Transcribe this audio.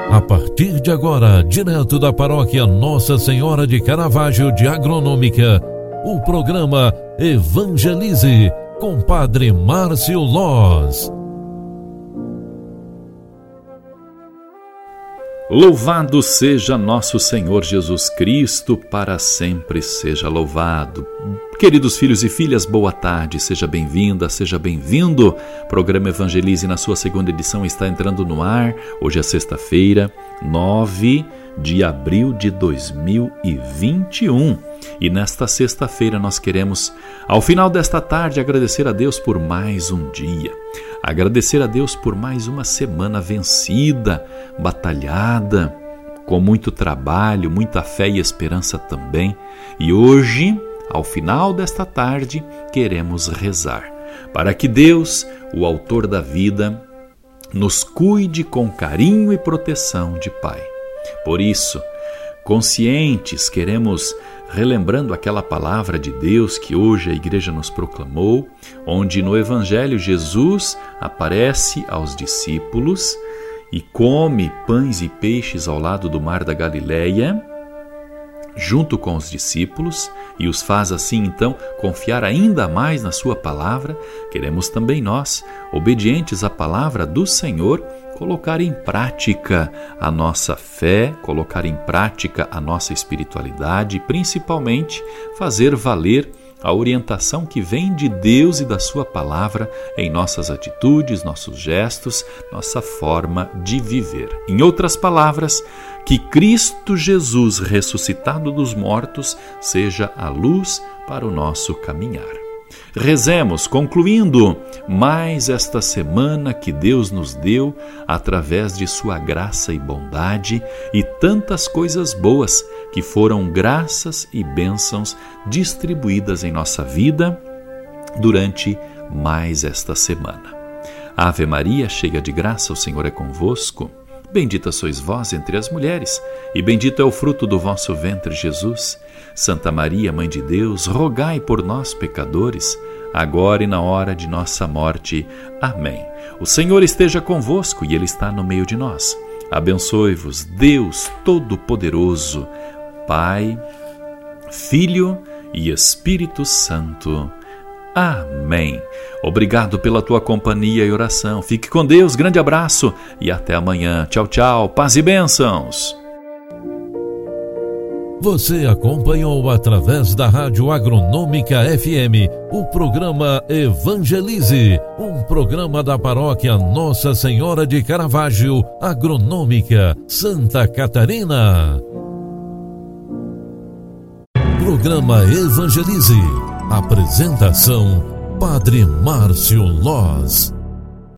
A partir de agora, direto da paróquia Nossa Senhora de Caravaggio de Agronômica, o programa Evangelize com Padre Márcio Loz. Louvado seja nosso Senhor Jesus Cristo, para sempre seja louvado. Queridos filhos e filhas, boa tarde, seja bem-vinda, seja bem-vindo. O programa Evangelize, na sua segunda edição, está entrando no ar. Hoje é sexta-feira, 9 de abril de 2021. E nesta sexta-feira nós queremos, ao final desta tarde, agradecer a Deus por mais um dia. Agradecer a Deus por mais uma semana vencida, batalhada, com muito trabalho, muita fé e esperança também. E hoje, ao final desta tarde, queremos rezar para que Deus, o autor da vida, nos cuide com carinho e proteção de Pai. Por isso, conscientes, queremos, relembrando aquela palavra de Deus que hoje a igreja nos proclamou, onde no Evangelho Jesus aparece aos discípulos e come pães e peixes ao lado do mar da Galileia, junto com os discípulos, e os faz assim então confiar ainda mais na sua palavra. Queremos também nós, obedientes à palavra do Senhor, colocar em prática a nossa fé, colocar em prática a nossa espiritualidade e principalmente fazer valer a orientação que vem de Deus e da sua palavra em nossas atitudes, nossos gestos, nossa forma de viver. Em outras palavras, que Cristo Jesus, ressuscitado dos mortos, seja a luz para o nosso caminhar. Rezemos, concluindo mais esta semana que Deus nos deu através de sua graça e bondade e tantas coisas boas que foram graças e bênçãos distribuídas em nossa vida durante mais esta semana. Ave Maria, cheia de graça, o Senhor é convosco. Bendita sois vós entre as mulheres, e bendito é o fruto do vosso ventre, Jesus. Santa Maria, Mãe de Deus, rogai por nós, pecadores, agora e na hora de nossa morte. Amém. O Senhor esteja convosco e Ele está no meio de nós. Abençoe-vos, Deus Todo-Poderoso, Pai, Filho e Espírito Santo. Amém. Obrigado pela tua companhia e oração. Fique com Deus, grande abraço e até amanhã. Tchau, tchau, paz e bênçãos. Você acompanhou através da Rádio Agronômica FM o programa Evangelize, um programa da paróquia Nossa Senhora de Caravaggio, Agronômica, Santa Catarina. Programa Evangelize. Apresentação: Padre Márcio Loz.